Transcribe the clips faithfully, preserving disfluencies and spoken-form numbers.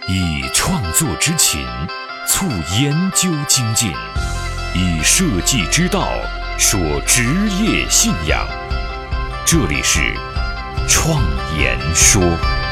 以创作之情促研究精进，以设计之道说职业信仰。这里是创研说。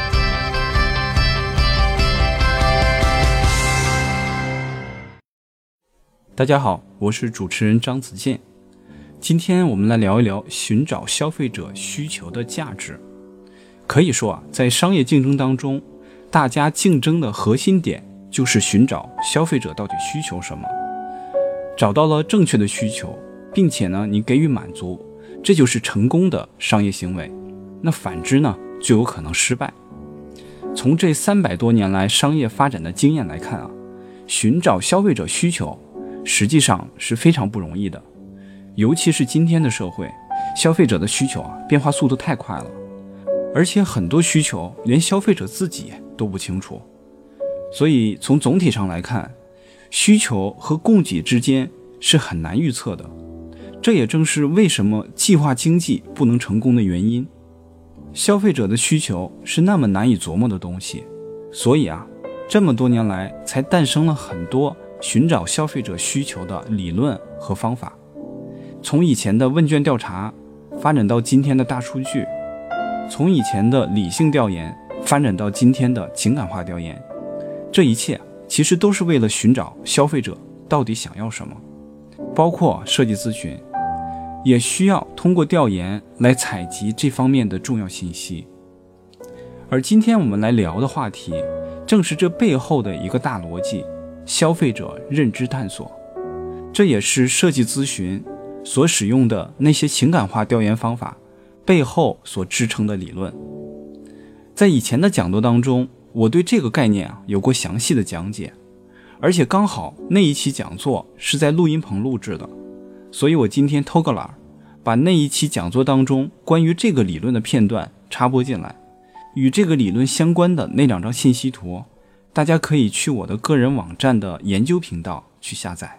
大家好，我是主持人张子健。今天我们来聊一聊寻找消费者需求的价值。可以说啊，在商业竞争当中，大家竞争的核心点就是寻找消费者到底需求什么。找到了正确的需求，并且呢，你给予满足，这就是成功的商业行为。那反之呢，就有可能失败。从这三百多年来商业发展的经验来看啊，寻找消费者需求实际上是非常不容易的。尤其是今天的社会，消费者的需求啊变化速度太快了，而且很多需求连消费者自己都不清楚。所以从总体上来看，需求和供给之间是很难预测的。这也正是为什么计划经济不能成功的原因。消费者的需求是那么难以琢磨的东西，所以啊，这么多年来才诞生了很多寻找消费者需求的理论和方法。从以前的问卷调查发展到今天的大数据，从以前的理性调研发展到今天的情感化调研，这一切其实都是为了寻找消费者到底想要什么。包括设计咨询也需要通过调研来采集这方面的重要信息。而今天我们来聊的话题正是这背后的一个大逻辑，消费者认知探索。这也是设计咨询所使用的那些情感化调研方法背后所支撑的理论。在以前的讲座当中，我对这个概念啊有过详细的讲解，而且刚好那一期讲座是在录音棚录制的，所以我今天偷个懒，把那一期讲座当中关于这个理论的片段插播进来。与这个理论相关的那两张信息图，大家可以去我的个人网站的研究频道去下载。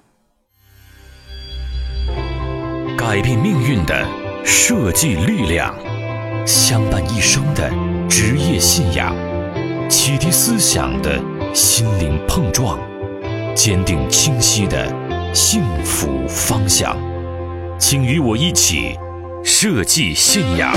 改变命运的设计力量，相伴一生的职业信仰，启迪思想的心灵碰撞，坚定清晰的幸福方向。请与我一起设计信仰。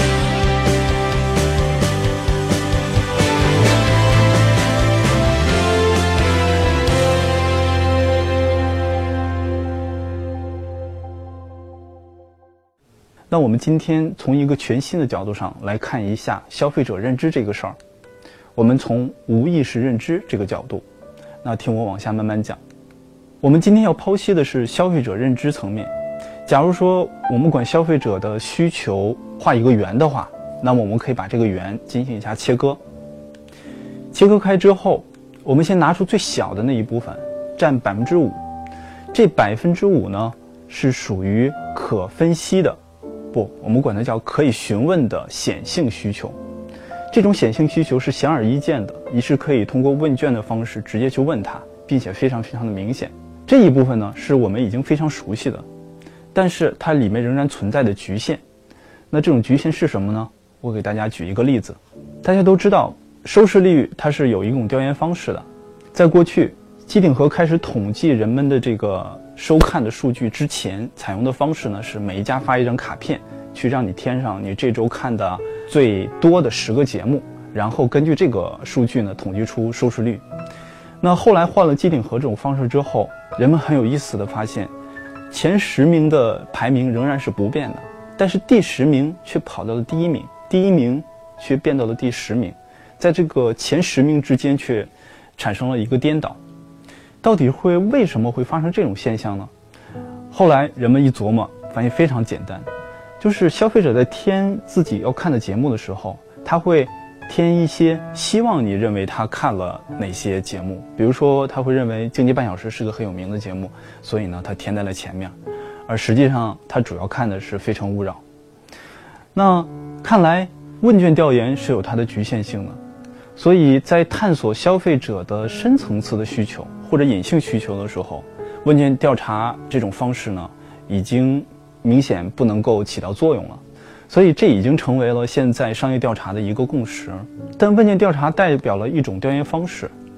那我们今天从一个全新的角度上来看一下消费者认知这个事儿。我们从无意识认知这个角度，那听我往下慢慢讲。我们今天要剖析的是消费者认知层面。假如说我们管消费者的需求画一个圆的话，那么我们可以把这个圆进行一下切割。切割开之后，我们先拿出最小的那一部分，占百分之五。这百分之五呢，是属于可分析的，不，我们管它叫可以询问的显性需求。这种显性需求是显而易见的，你是可以通过问卷的方式直接去问它，并且非常非常的明显。这一部分呢，是我们已经非常熟悉的，但是它里面仍然存在的局限。那这种局限是什么呢？我给大家举一个例子。大家都知道收视率它是有一种调研方式的。在过去机顶盒开始统计人们的这个收看的数据之前，采用的方式呢是每一家发一张卡片，去让你填上你这周看的最多的十个节目，然后根据这个数据呢统计出收视率。那后来换了机顶盒这种方式之后，人们很有意思的发现，前十名的排名仍然是不变的，但是第十名却跑到了第一名，第一名却变到了第十名，在这个前十名之间却产生了一个颠倒。到底会为什么会发生这种现象呢？后来人们一琢磨，发现非常简单，就是消费者在填自己要看的节目的时候，他会填一些希望你认为他看了哪些节目。比如说他会认为经济半小时是个很有名的节目，所以呢他填在了前面，而实际上他主要看的是《非诚勿扰》。那看来问卷调研是有它的局限性的，所以在探索消费者的深层次的需求或者隐性需求的时候，问卷调查这种方式呢已经明显不能够起到作用了。所以这已经成为了现在商业调查的一个共识。但问卷调查代表了一种调研方式，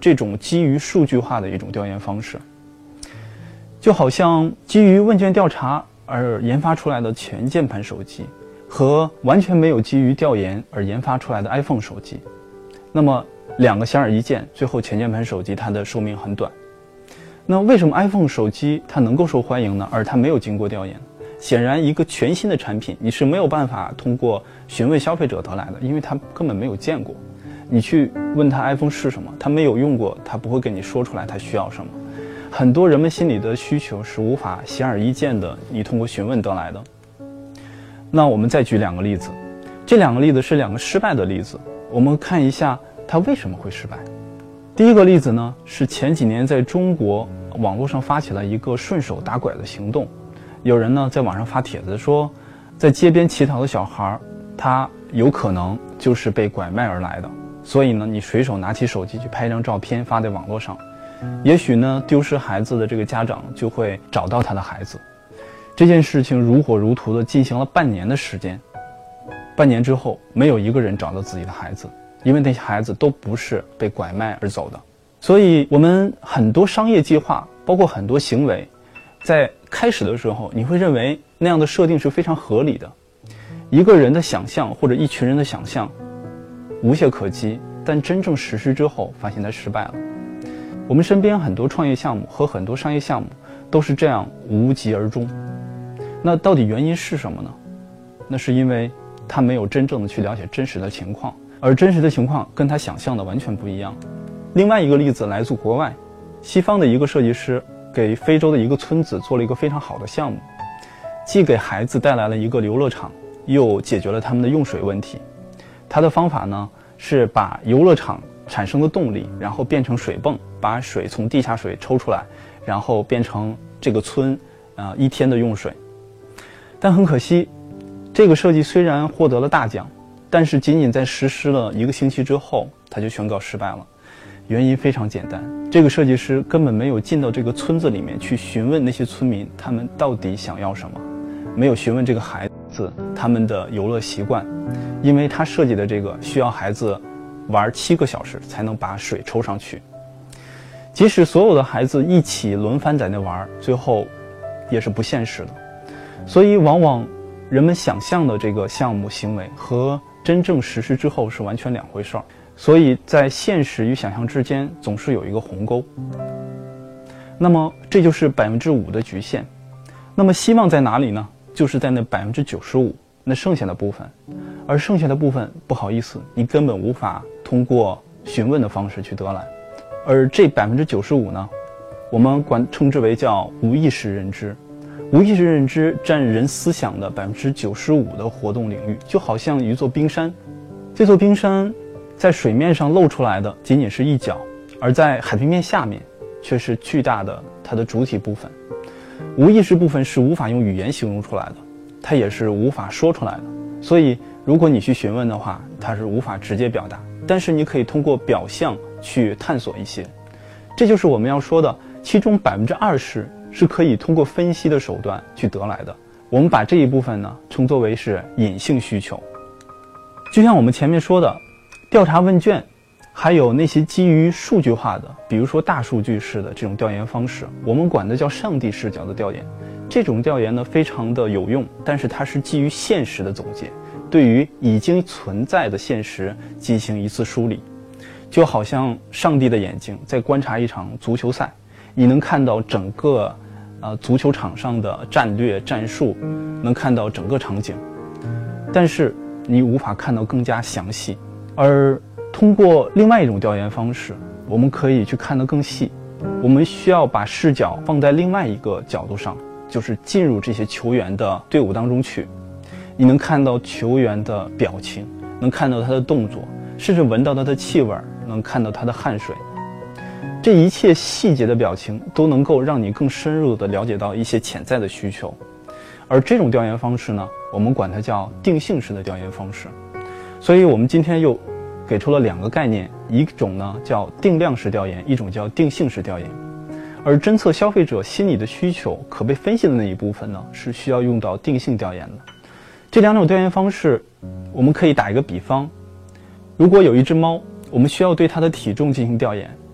这种基于数据化的一种调研方式。就好像基于问卷调查而研发出来的全键盘手机和完全没有基于调研而研发出来的 iPhone 手机，那么两个显而易见，最后全键盘手机它的寿命很短。那为什么 iPhone 手机它能够受欢迎呢？而它没有经过调研？显然一个全新的产品你是没有办法通过询问消费者得来的，因为他根本没有见过。你去问他 iPhone 是什么，他没有用过，他不会跟你说出来他需要什么。很多人们心里的需求是无法显而易见的，你通过询问得来的。那我们再举两个例子，这两个例子是两个失败的例子，我们看一下它为什么会失败。第一个例子呢，是前几年在中国网络上发起了一个顺手打拐的行动。有人呢在网上发帖子说，在街边乞讨的小孩，他有可能就是被拐卖而来的，所以呢，你随手拿起手机去拍一张照片发在网络上，也许呢，丢失孩子的这个家长就会找到他的孩子。这件事情如火如荼地进行了半年的时间，半年之后，没有一个人找到自己的孩子，因为那些孩子都不是被拐卖而走的。所以，我们很多商业计划，包括很多行为，在开始的时候，你会认为那样的设定是非常合理的，一个人的想象或者一群人的想象无懈可击，但真正实施之后，发现它失败了。我们身边很多创业项目和很多商业项目都是这样无疾而终。那到底原因是什么呢？那是因为他没有真正的去了解真实的情况，而真实的情况跟他想象的完全不一样。另外一个例子来自国外，西方的一个设计师给非洲的一个村子做了一个非常好的项目，既给孩子带来了一个游乐场，又解决了他们的用水问题。他的方法呢，是把游乐场产生的动力，然后变成水泵，把水从地下水抽出来，然后变成这个村啊、呃、一天的用水。但很可惜，这个设计虽然获得了大奖，但是仅仅在实施了一个星期之后，他就宣告失败了。原因非常简单，这个设计师根本没有进到这个村子里面去询问那些村民他们到底想要什么，没有询问这个孩子他们的游乐习惯，因为他设计的这个需要孩子玩七个小时才能把水抽上去。即使所有的孩子一起轮番在那玩，最后也是不现实的。所以往往人们想象的这个项目行为和真正实施之后是完全两回事儿，所以在现实与想象之间总是有一个鸿沟。那么这就是百分之五的局限。那么希望在哪里呢？就是在那百分之九十五，那剩下的部分。而剩下的部分，不好意思，你根本无法通过询问的方式去得来。而这百分之九十五呢，我们管称之为叫无意识认知。无意识认知占人思想的百分之九十五的活动领域，就好像一座冰山。这座冰山在水面上露出来的仅仅是一角，而在海平面下面却是巨大的它的主体部分。无意识部分是无法用语言形容出来的，它也是无法说出来的。所以如果你去询问的话，它是无法直接表达，但是你可以通过表象去探索一些。这就是我们要说的，其中百分之二十是可以通过分析的手段去得来的。我们把这一部分呢称作为是隐性需求。就像我们前面说的，调查问卷还有那些基于数据化的，比如说大数据式的这种调研方式，我们管的叫上帝视角的调研。这种调研呢非常的有用，但是它是基于现实的总结，对于已经存在的现实进行一次梳理。就好像上帝的眼睛在观察一场足球赛，你能看到整个呃足球场上的战略战术，能看到整个场景，但是你无法看到更加详细。而通过另外一种调研方式，我们可以去看得更细。我们需要把视角放在另外一个角度上，就是进入这些球员的队伍当中去。你能看到球员的表情，能看到他的动作，甚至闻到他的气味，能看到他的汗水。这一切细节的表情都能够让你更深入地了解到一些潜在的需求。而这种调研方式呢，我们管它叫定性式的调研方式。所以我们今天又给出了两个概念，一种呢叫定量式调研，一种叫定性式调研。而侦测消费者心理的需求可被分析的那一部分呢，是需要用到定性调研的。这两种调研方式，我们可以打一个比方，如果有一只猫，我们需要对它的体重进行调研，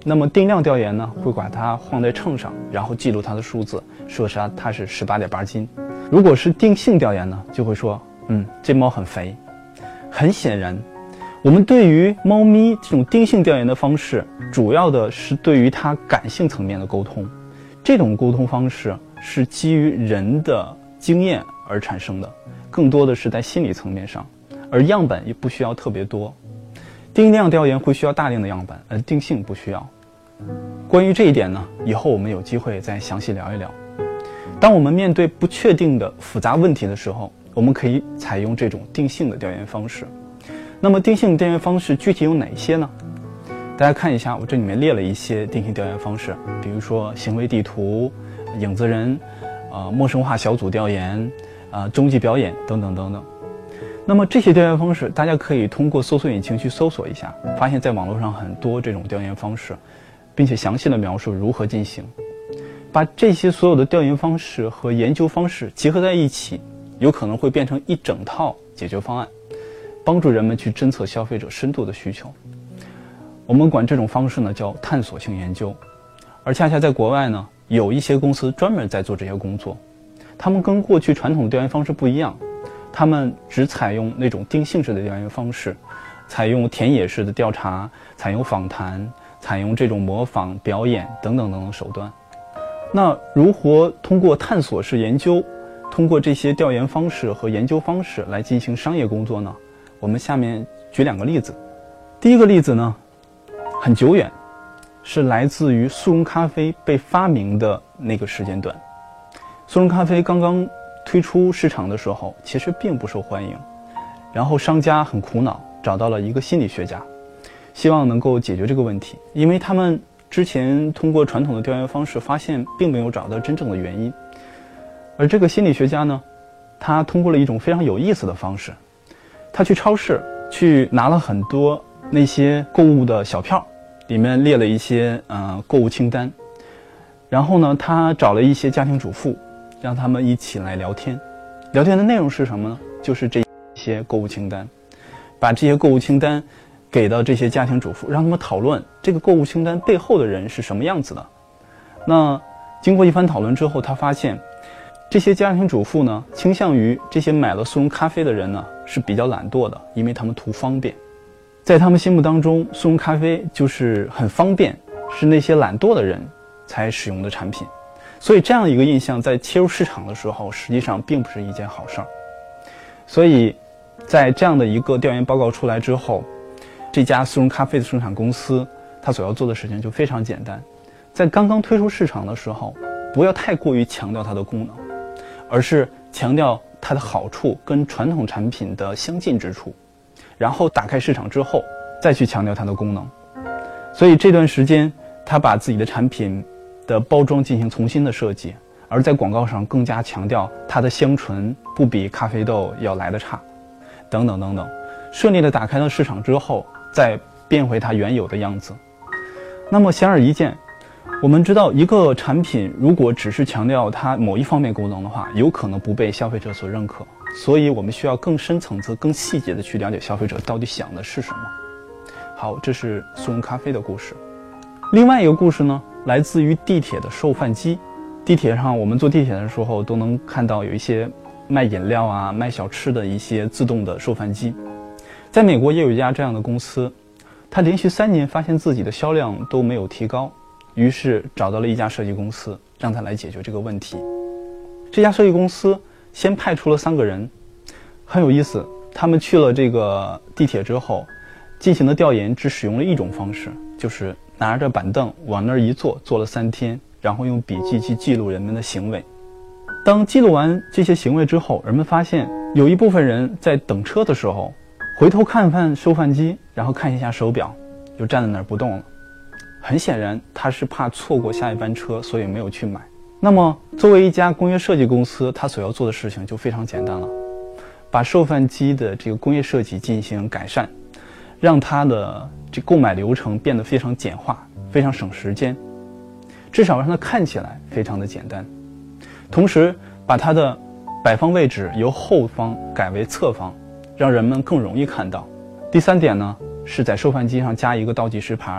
那么定量调研呢，会把它放在秤上，然后记录它的数字，说它它是十八点八斤。如果是定性调研呢，就会说，嗯，这猫很肥。很显然，我们对于猫咪这种定性调研的方式，主要的是对于它感性层面的沟通。这种沟通方式是基于人的经验而产生的，更多的是在心理层面上，而样本也不需要特别多。定量调研会需要大量的样本，而定性不需要。关于这一点呢，以后我们有机会再详细聊一聊。当我们面对不确定的复杂问题的时候，我们可以采用这种定性的调研方式。那么定性调研方式具体有哪些呢？大家看一下，我这里面列了一些定性调研方式，比如说行为地图、影子人、呃陌生化小组调研、呃踪迹表演等等等等。那么这些调研方式，大家可以通过搜索引擎去搜索一下，发现在网络上很多这种调研方式，并且详细的描述如何进行。把这些所有的调研方式和研究方式结合在一起，有可能会变成一整套解决方案，帮助人们去侦测消费者深度的需求。我们管这种方式呢叫探索性研究。而恰恰在国外呢，有一些公司专门在做这些工作，他们跟过去传统调研方式不一样，他们只采用那种定性式的调研方式，采用田野式的调查，采用访谈，采用这种模仿、表演等等等等手段。那如何通过探索式研究，通过这些调研方式和研究方式来进行商业工作呢？我们下面举两个例子。第一个例子呢，很久远，是来自于速溶咖啡被发明的那个时间段。速溶咖啡刚刚推出市场的时候，其实并不受欢迎，然后商家很苦恼，找到了一个心理学家，希望能够解决这个问题，因为他们之前通过传统的调研方式发现并没有找到真正的原因。而这个心理学家呢，他通过了一种非常有意思的方式，他去超市去拿了很多那些购物的小票，里面列了一些呃购物清单，然后呢他找了一些家庭主妇，让他们一起来聊天。聊天的内容是什么呢？就是这些购物清单，把这些购物清单给到这些家庭主妇，让他们讨论这个购物清单背后的人是什么样子的。那经过一番讨论之后，他发现这些家庭主妇呢，倾向于这些买了速溶咖啡的人呢是比较懒惰的，因为他们图方便。在他们心目当中，速溶咖啡就是很方便，是那些懒惰的人才使用的产品。所以这样一个印象在切入市场的时候，实际上并不是一件好事儿。所以在这样的一个调研报告出来之后，这家速溶咖啡的生产公司，它所要做的事情就非常简单，在刚刚推出市场的时候，不要太过于强调它的功能，而是强调它的好处跟传统产品的相近之处，然后打开市场之后再去强调它的功能。所以这段时间他把自己的产品的包装进行重新的设计，而在广告上更加强调它的香醇不比咖啡豆要来得差，等等等等，顺利的打开了市场之后，再变回它原有的样子。那么显而易见，我们知道一个产品如果只是强调它某一方面功能的话，有可能不被消费者所认可，所以我们需要更深层次、更细节的去了解消费者到底想的是什么。好，这是速溶咖啡的故事。另外一个故事呢，来自于地铁的售饭机。地铁上，我们坐地铁的时候都能看到有一些卖饮料啊、卖小吃的一些自动的售饭机。在美国也有一家这样的公司，它连续三年发现自己的销量都没有提高，于是找到了一家设计公司，让他来解决这个问题。这家设计公司先派出了三个人，很有意思，他们去了这个地铁之后，进行的调研只使用了一种方式，就是拿着板凳往那儿一坐，坐了三天，然后用笔记去记录人们的行为。当记录完这些行为之后，人们发现有一部分人在等车的时候回头看看收饭机，然后看一下手表，就站在那儿不动了。很显然他是怕错过下一班车，所以没有去买。那么作为一家工业设计公司，他所要做的事情就非常简单了，把售饭机的这个工业设计进行改善，让它的这购买流程变得非常简化，非常省时间，至少让它看起来非常的简单。同时把它的摆放位置由后方改为侧方，让人们更容易看到。第三点呢，是在售饭机上加一个倒计时牌，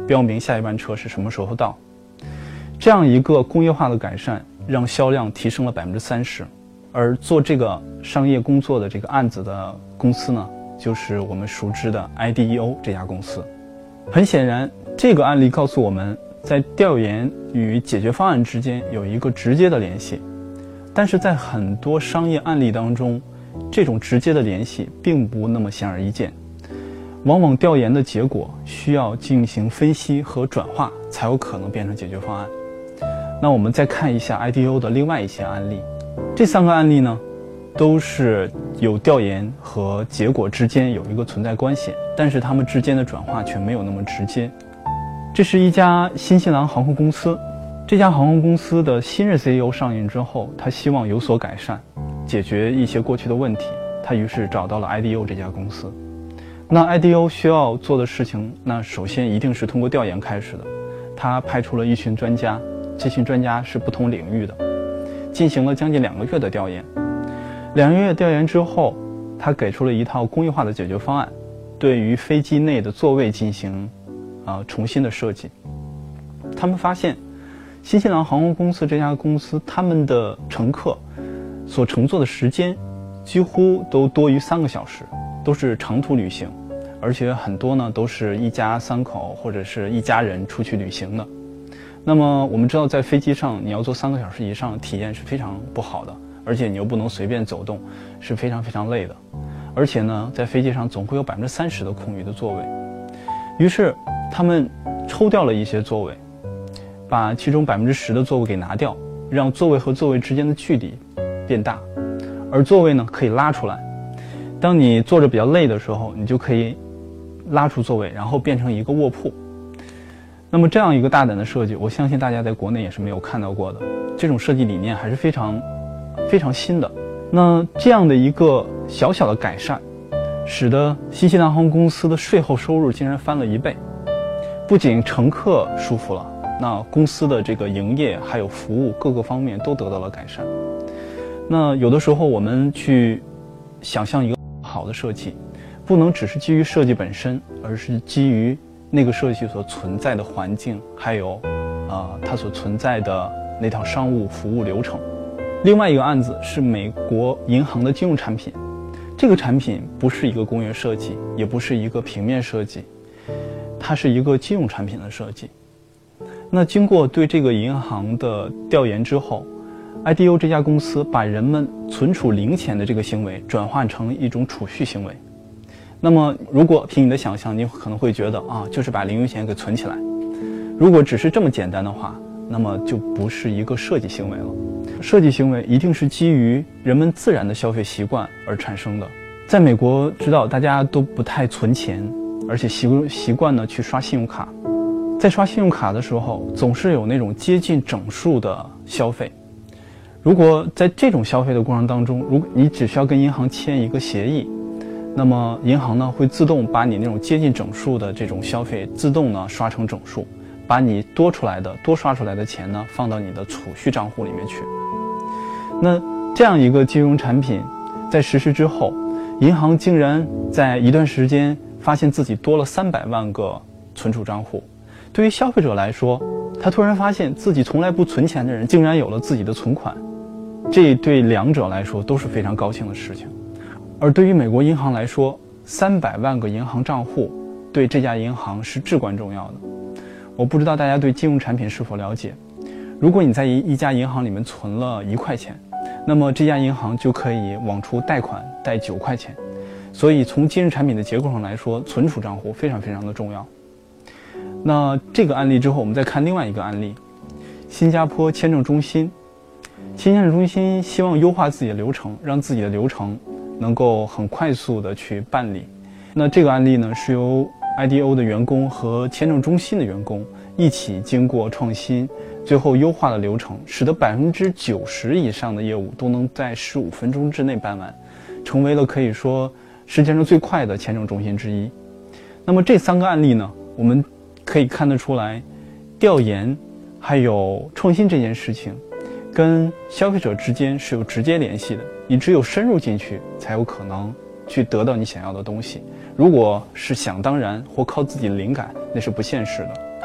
标明下一班车是什么时候到。这样一个工业化的改善，让销量提升了百分之三十。而做这个商业工作的这个案子的公司呢，就是我们熟知的 I D E O 这家公司。很显然，这个案例告诉我们，在调研与解决方案之间有一个直接的联系。但是在很多商业案例当中，这种直接的联系并不那么显而易见。往往调研的结果需要进行分析和转化，才有可能变成解决方案。那我们再看一下 I D E O 的另外一些案例。这三个案例呢，都是有调研和结果之间有一个存在关系，但是它们之间的转化却没有那么直接。这是一家新西兰航空公司，这家航空公司的新任 C E O 上任之后，他希望有所改善，解决一些过去的问题，他于是找到了 I D E O 这家公司。那 I D E O 需要做的事情，那首先一定是通过调研开始的。他派出了一群专家，这群专家是不同领域的，进行了将近两个月的调研。两个月调研之后，他给出了一套工业化的解决方案，对于飞机内的座位进行啊、呃、重新的设计。他们发现，新西兰航空公司这家公司，他们的乘客所乘坐的时间几乎都多于三个小时，都是长途旅行，而且很多呢都是一家三口或者是一家人出去旅行的。那么我们知道，在飞机上你要坐三个小时以上，体验是非常不好的，而且你又不能随便走动，是非常非常累的。而且呢，在飞机上总会有百分之三十的空余的座位。于是他们抽掉了一些座位，把其中百分之十的座位给拿掉，让座位和座位之间的距离变大，而座位呢可以拉出来。当你坐着比较累的时候，你就可以拉出座位，然后变成一个卧铺。那么这样一个大胆的设计，我相信大家在国内也是没有看到过的。这种设计理念还是非常非常新的。那这样的一个小小的改善，使得新西兰航空公司的税后收入竟然翻了一倍。不仅乘客舒服了，那公司的这个营业还有服务各个方面都得到了改善。那有的时候我们去想象一个好的设计，不能只是基于设计本身，而是基于那个设计所存在的环境，还有呃它所存在的那套商务服务流程。另外一个案子是美国银行的金融产品，这个产品不是一个工业设计，也不是一个平面设计，它是一个金融产品的设计。那经过对这个银行的调研之后， I D E O 这家公司把人们存储零钱的这个行为转换成一种储蓄行为。那么如果凭你的想象，你可能会觉得啊，就是把零用钱给存起来。如果只是这么简单的话，那么就不是一个设计行为了。设计行为一定是基于人们自然的消费习惯而产生的。在美国，知道大家都不太存钱，而且习习惯呢去刷信用卡。在刷信用卡的时候，总是有那种接近整数的消费。如果在这种消费的过程当中，如果你只需要跟银行签一个协议，那么银行呢会自动把你那种接近整数的这种消费自动呢刷成整数，把你多出来的多刷出来的钱呢放到你的储蓄账户里面去。那这样一个金融产品在实施之后，银行竟然在一段时间发现自己多了三百万个存储账户。对于消费者来说，他突然发现自己从来不存钱的人竟然有了自己的存款，这对两者来说都是非常高兴的事情。而对于美国银行来说，三百万个银行账户对这家银行是至关重要的。我不知道大家对金融产品是否了解，如果你在一一家银行里面存了一块钱，那么这家银行就可以往出贷款贷九块钱。所以从金融产品的结构上来说，存储账户非常非常的重要。那这个案例之后，我们再看另外一个案例，新加坡签证中心。新签证中心希望优化自己的流程，让自己的流程能够很快速的去办理。那这个案例呢，是由 I D E O 的员工和签证中心的员工一起经过创新，最后优化了流程，使得百分之九十以上的业务都能在十五分钟之内办完，成为了可以说世界上最快的签证中心之一。那么这三个案例呢，我们可以看得出来，调研还有创新这件事情跟消费者之间是有直接联系的。你只有深入进去，才有可能去得到你想要的东西。如果是想当然或靠自己的灵感，那是不现实的。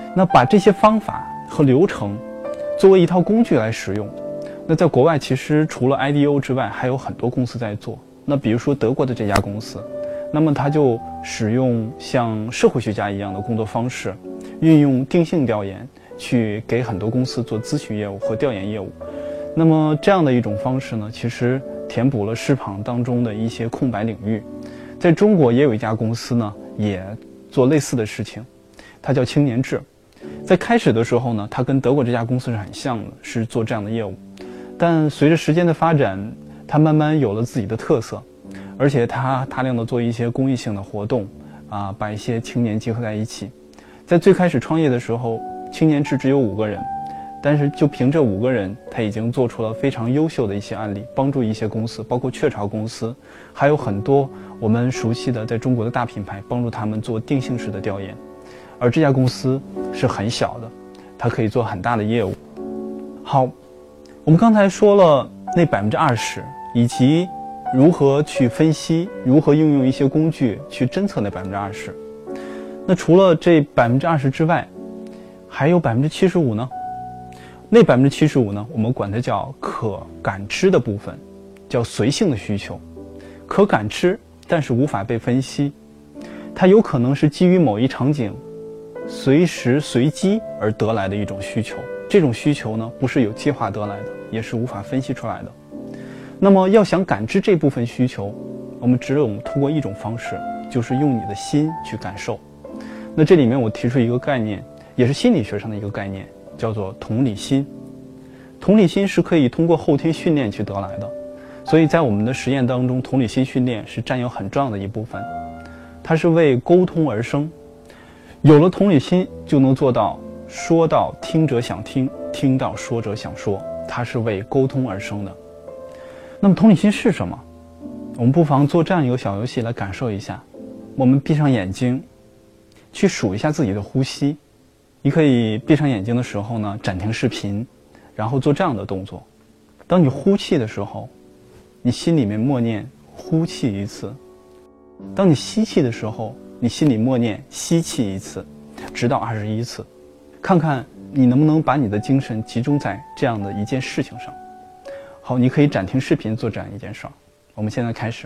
那把这些方法和流程作为一套工具来使用，那在国外其实除了 I D O 之外，还有很多公司在做。那比如说德国的这家公司，那么它就使用像社会学家一样的工作方式，运用定性调研去给很多公司做咨询业务和调研业务。那么这样的一种方式呢，其实填补了市场当中的一些空白领域。在中国也有一家公司呢，也做类似的事情，它叫青年智。在开始的时候呢，它跟德国这家公司是很像的，是做这样的业务。但随着时间的发展，它慢慢有了自己的特色，而且它大量的做一些公益性的活动，啊，把一些青年结合在一起。在最开始创业的时候，青年智只有五个人，但是就凭这五个人，他已经做出了非常优秀的一些案例，帮助一些公司，包括雀巢公司，还有很多我们熟悉的在中国的大品牌，帮助他们做定性式的调研。而这家公司是很小的，它可以做很大的业务。好，我们刚才说了那百分之二十，以及如何去分析，如何运用一些工具去侦测那百分之二十。那除了这百分之二十之外，还有百分之七十五呢？那百分之七十五呢，我们管它叫可感知的部分，叫随性的需求。可感知，但是无法被分析，它有可能是基于某一场景随时随机而得来的一种需求。这种需求呢，不是有计划得来的，也是无法分析出来的。那么要想感知这部分需求，我们只有通过一种方式，就是用你的心去感受。那这里面我提出一个概念，也是心理学上的一个概念，叫做同理心。同理心是可以通过后天训练去得来的，所以在我们的实验当中，同理心训练是占有很重要的一部分。它是为沟通而生，有了同理心就能做到说到听者想听，听到说者想说，它是为沟通而生的。那么同理心是什么？我们不妨做这样一个小游戏来感受一下。我们闭上眼睛，去数一下自己的呼吸。你可以闭上眼睛的时候呢，暂停视频，然后做这样的动作。当你呼气的时候，你心里面默念呼气一次；当你吸气的时候，你心里默念吸气一次，直到二十一次。看看你能不能把你的精神集中在这样的一件事情上。好，你可以暂停视频做这样一件事儿。我们现在开始。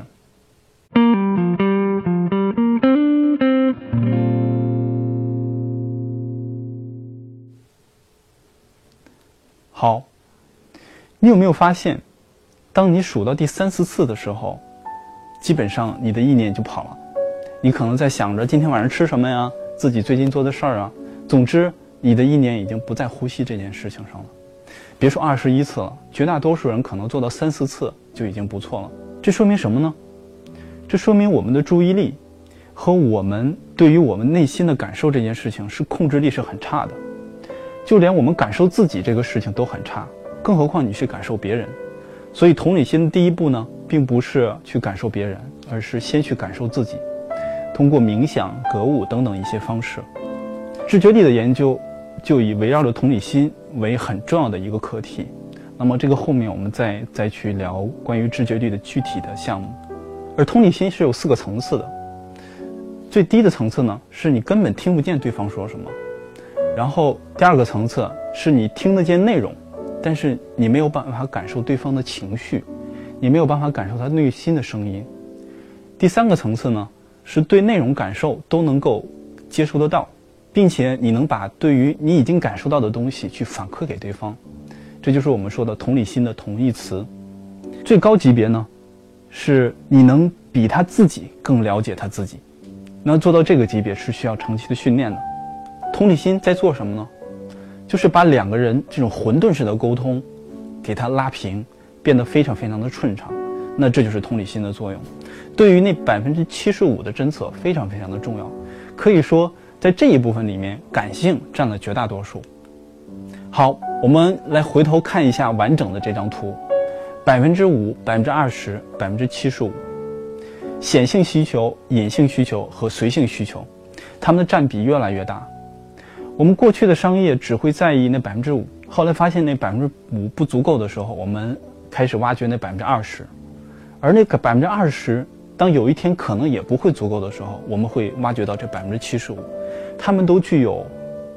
好，你有没有发现，当你数到第三四次的时候，基本上你的意念就跑了。你可能在想着今天晚上吃什么呀，自己最近做的事儿啊。总之，你的意念已经不在呼吸这件事情上了。别说二十一次了，绝大多数人可能做到三四次就已经不错了。这说明什么呢？这说明我们的注意力和我们对于我们内心的感受这件事情是控制力是很差的。就连我们感受自己这个事情都很差，更何况你去感受别人。所以同理心的第一步呢，并不是去感受别人，而是先去感受自己，通过冥想、格物等等一些方式。知觉力的研究就以围绕着同理心为很重要的一个课题。那么这个后面我们再再去聊关于知觉力的具体的项目。而同理心是有四个层次的。最低的层次呢，是你根本听不见对方说什么。然后第二个层次是你听得见内容，但是你没有办法感受对方的情绪，你没有办法感受他内心的声音。第三个层次呢，是对内容感受都能够接受得到，并且你能把对于你已经感受到的东西去反馈给对方。这就是我们说的同理心的同义词。最高级别呢，是你能比他自己更了解他自己。那做到这个级别是需要长期的训练的。同理心在做什么呢？就是把两个人这种混沌式的沟通给它拉平，变得非常非常的顺畅。那这就是同理心的作用，对于那百分之七十五的侦测非常非常的重要。可以说在这一部分里面，感性占了绝大多数。好，我们来回头看一下完整的这张图，百分之五、百分之二十、百分之七十五，显性需求、隐性需求和随性需求，它们的占比越来越大。我们过去的商业只会在意那百分之五，后来发现那百分之五不足够的时候，我们开始挖掘那百分之二十，而那个百分之二十，当有一天可能也不会足够的时候，我们会挖掘到这百分之七十五，它们都具有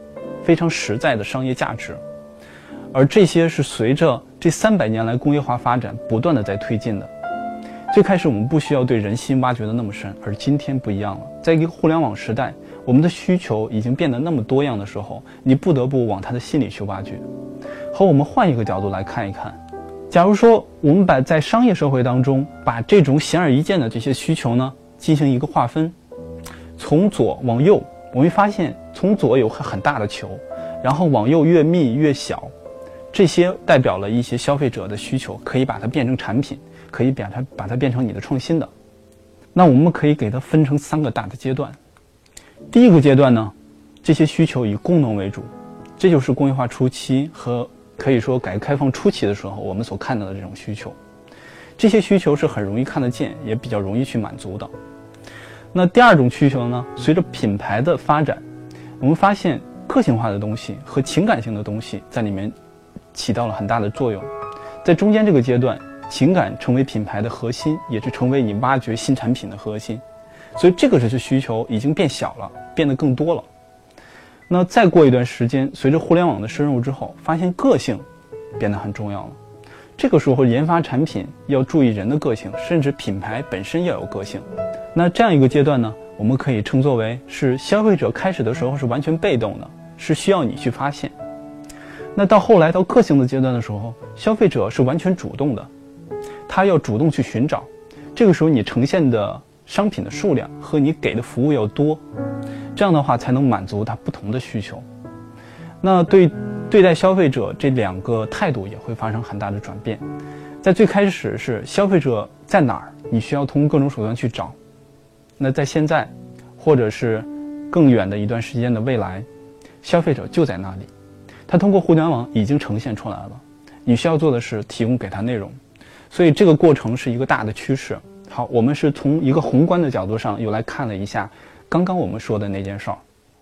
非常实在的商业价值。而这些是随着这三百年来工业化发展不断的在推进的。最开始我们不需要对人心挖掘的那么深，而今天不一样了。在一个互联网时代，我们的需求已经变得那么多样的时候，你不得不往他的心里去挖掘。和我们换一个角度来看一看，假如说我们把在商业社会当中把这种显而易见的这些需求呢进行一个划分，从左往右，我们会发现从左有很大的球，然后往右越密越小，这些代表了一些消费者的需求，可以把它变成产品，可以把它把它变成你的创新的。那我们可以给它分成三个大的阶段。第一个阶段呢，这些需求以功能为主，这就是工业化初期和可以说改革开放初期的时候我们所看到的这种需求。这些需求是很容易看得见，也比较容易去满足的。那第二种需求呢，随着品牌的发展，我们发现个性化的东西和情感性的东西在里面起到了很大的作用。在中间这个阶段，情感成为品牌的核心，也是成为你挖掘新产品的核心。所以这个时候需求已经变小了，变得更多了。那再过一段时间，随着互联网的深入之后，发现个性变得很重要了。这个时候研发产品要注意人的个性，甚至品牌本身要有个性。那这样一个阶段呢，我们可以称作为是消费者开始的时候是完全被动的，是需要你去发现。那到后来到个性的阶段的时候，消费者是完全主动的，他要主动去寻找。这个时候你呈现的商品的数量和你给的服务要多，这样的话才能满足他不同的需求。那对对待消费者这两个态度也会发生很大的转变。在最开始是消费者在哪儿，你需要通过各种手段去找。那在现在或者是更远的一段时间的未来，消费者就在那里，他通过互联网已经呈现出来了，你需要做的是提供给他内容。所以这个过程是一个大的趋势。好，我们是从一个宏观的角度上又来看了一下刚刚我们说的那件事儿。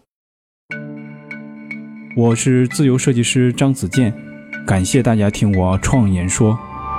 我是自由设计师张子健，感谢大家听我创言说。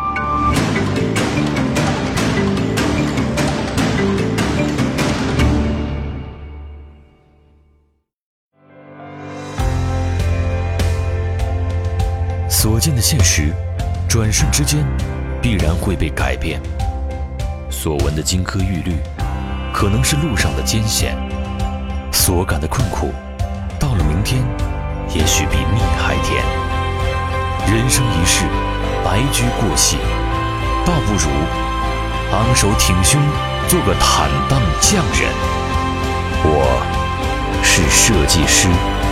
所见的现实，转瞬之间必然会被改变。所闻的金科玉律，可能是路上的艰险；所感的困苦，到了明天，也许比蜜还甜。人生一世，白驹过隙，倒不如昂首挺胸，做个坦荡匠人。我是设计师。